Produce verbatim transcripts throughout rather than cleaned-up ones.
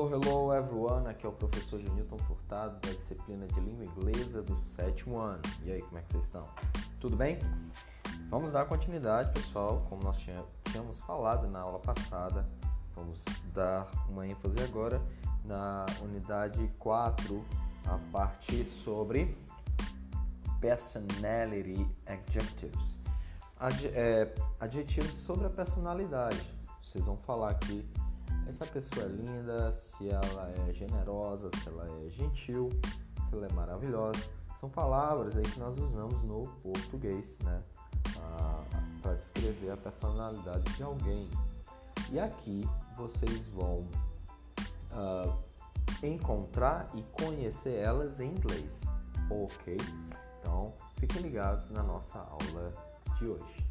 Hello, hello everyone, aqui é o professor Genilton Furtado da disciplina de língua inglesa do sétimo ano. E aí, como é que vocês estão? Tudo bem? Vamos dar continuidade, pessoal, como nós tínhamos falado na aula passada. Vamos dar uma ênfase agora na unidade quatro, a parte sobre personality adjectives. Ad, é, adjetivos sobre a personalidade. Vocês vão falar aqui essa pessoa é linda, se ela é generosa, se ela é gentil, se ela é maravilhosa. São palavras aí que nós usamos no português, né? Ah, para descrever a personalidade de alguém. E aqui vocês vão ah, encontrar e conhecer elas em inglês, ok? Então, fiquem ligados na nossa aula de hoje.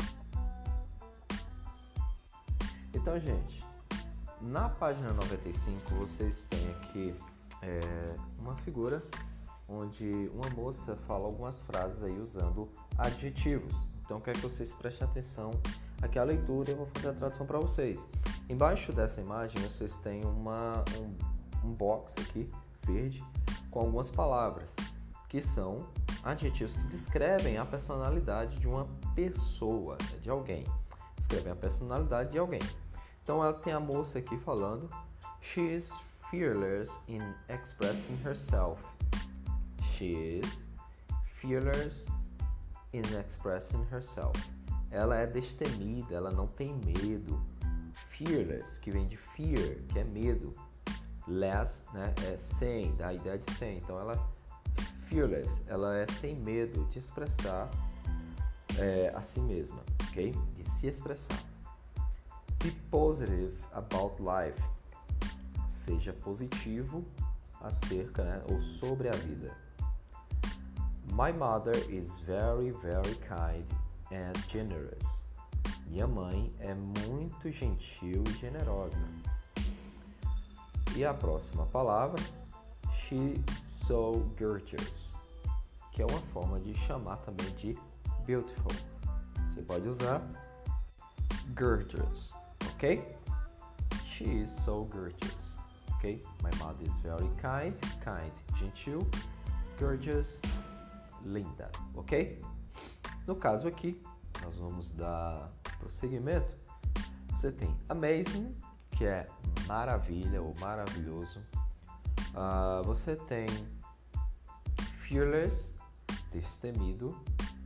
Então, gente, na página noventa e cinco vocês têm aqui é, uma figura onde uma moça fala algumas frases aí usando adjetivos. Então, quero que vocês prestem atenção aqui à leitura e eu vou fazer a tradução para vocês. Embaixo dessa imagem vocês têm uma, um, um box aqui verde com algumas palavras que são adjetivos que descrevem a personalidade de uma pessoa, de alguém. Descrevem a personalidade de alguém. Então ela tem a moça aqui falando: She is fearless in expressing herself. She is fearless in expressing herself. Ela é destemida, ela não tem medo. Fearless, que vem de fear, que é medo. Less, né, é sem, dá a ideia de sem. Então ela é fearless, ela é sem medo de expressar é, a si mesma, ok? De se expressar. Be positive about life. Seja positivo acerca, né, ou sobre a vida. My mother is very, very kind and generous. Minha mãe é muito gentil e generosa. E a próxima palavra, she's so gorgeous, que é uma forma de chamar também de beautiful. Você pode usar gorgeous. Ok? She is so gorgeous. Ok? My mother is very kind. Kind, gentil. Gorgeous, linda. Ok? No caso aqui, nós vamos dar prosseguimento. Você tem amazing, que é maravilha ou maravilhoso. Uh, você tem fearless, destemido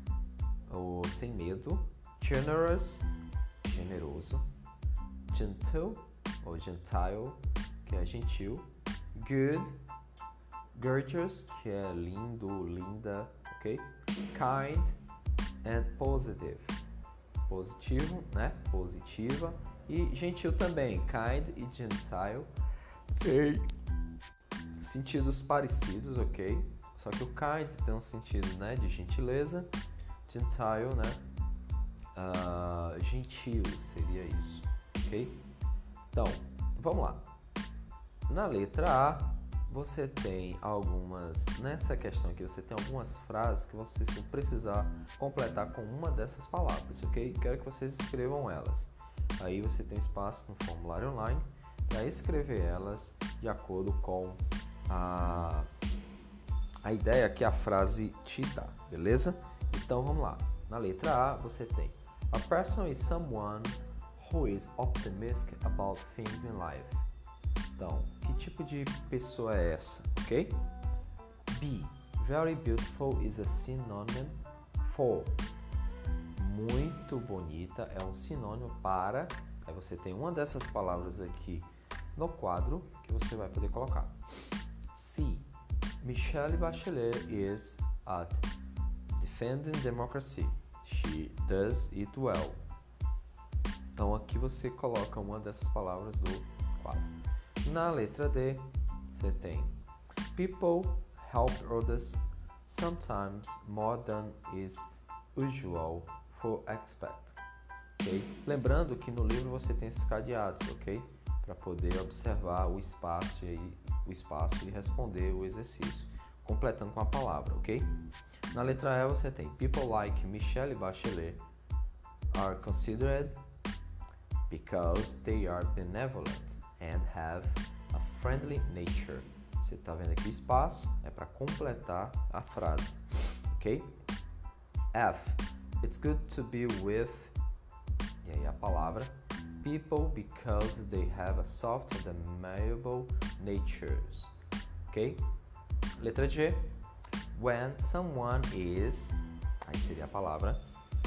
ou sem medo. Generous, generoso. Gentle ou gentile, que é gentil. Good, gorgeous, que é lindo, linda, ok? Kind and positive, positivo, né? Positiva. E gentil também, kind e gentile, ok? Sentidos parecidos, ok? Só que o kind tem um sentido, né, de gentileza. Gentile, né? Uh, gentil seria isso. Ok? Então, vamos lá. Na letra A, você tem algumas... Nessa questão aqui, você tem algumas frases que vocês vão precisar completar com uma dessas palavras, ok? Quero que vocês escrevam elas. Aí você tem espaço no formulário online para escrever elas de acordo com a, a ideia que a frase te dá, beleza? Então, vamos lá. Na letra A, você tem: A person is someone who is optimistic about things in life. Então, que tipo de pessoa é essa, ok? B. Very beautiful is a synonym for. Muito bonita é um sinônimo para. Aí você tem uma dessas palavras aqui no quadro que você vai poder colocar. C. Michelle Bachelet is at defending democracy. She does it well. Então aqui você coloca uma dessas palavras do quadro. Na letra D, você tem: People help others sometimes more than is usual for expect. Okay? Lembrando que no livro você tem esses cadeados, ok? Para poder observar o espaço e aí, o espaço e responder o exercício, completando com a palavra, ok? Na letra E você tem: People like Michelle Bachelet are considered because they are benevolent and have a friendly nature. Você está vendo aqui o espaço, é para completar a frase, ok? F. It's good to be with, e aí a palavra, people because they have a soft and amiable natures, ok? Letra G. When someone is, aí seria a palavra,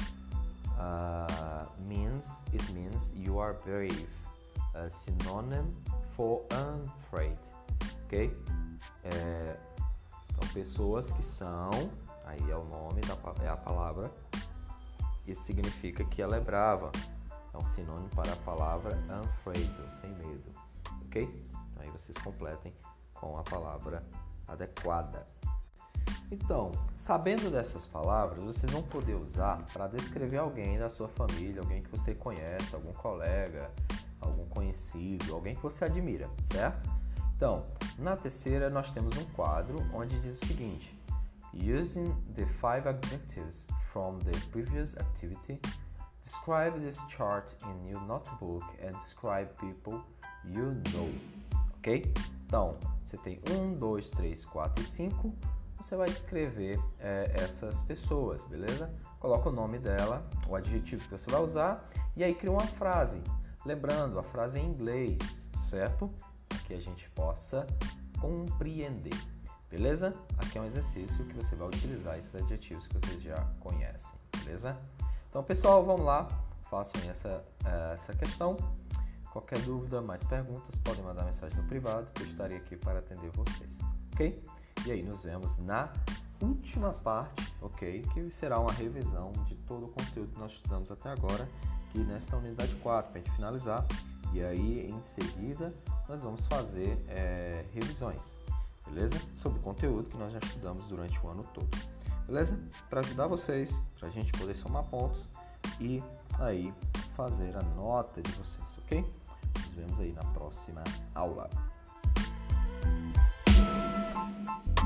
uh, means, it means you are brave, a synonym for unafraid, ok? É, então, pessoas que são, aí é o nome, da, é a palavra, isso significa que ela é brava, é um sinônimo para a palavra unafraid, sem medo, ok? Aí vocês completem com a palavra adequada. Então, sabendo dessas palavras, vocês vão poder usar para descrever alguém da sua família, alguém que você conhece, algum colega, algum conhecido, alguém que você admira, certo? Então, na terceira nós temos um quadro onde diz o seguinte: Using the five adjectives from the previous activity, describe this chart in your notebook and describe people you know, ok? Então, você tem um, dois, três, quatro e cinco. Você vai escrever é, essas pessoas, beleza? Coloca o nome dela, o adjetivo que você vai usar e aí cria uma frase. Lembrando, a frase é em inglês, certo? Para que a gente possa compreender, beleza? Aqui é um exercício que você vai utilizar esses adjetivos que vocês já conhecem, beleza? Então, pessoal, vamos lá, façam essa, essa questão. Qualquer dúvida, mais perguntas, podem mandar mensagem no privado, que eu estarei aqui para atender vocês, ok? E aí, nos vemos na última parte, ok? Que será uma revisão de todo o conteúdo que nós estudamos até agora, aqui nesta unidade quatro, para a gente finalizar. E aí, em seguida, nós vamos fazer é, revisões, beleza? Sobre o conteúdo que nós já estudamos durante o ano todo, beleza? Para ajudar vocês, para a gente poder somar pontos e aí fazer a nota de vocês, ok? Nos vemos aí na próxima aula.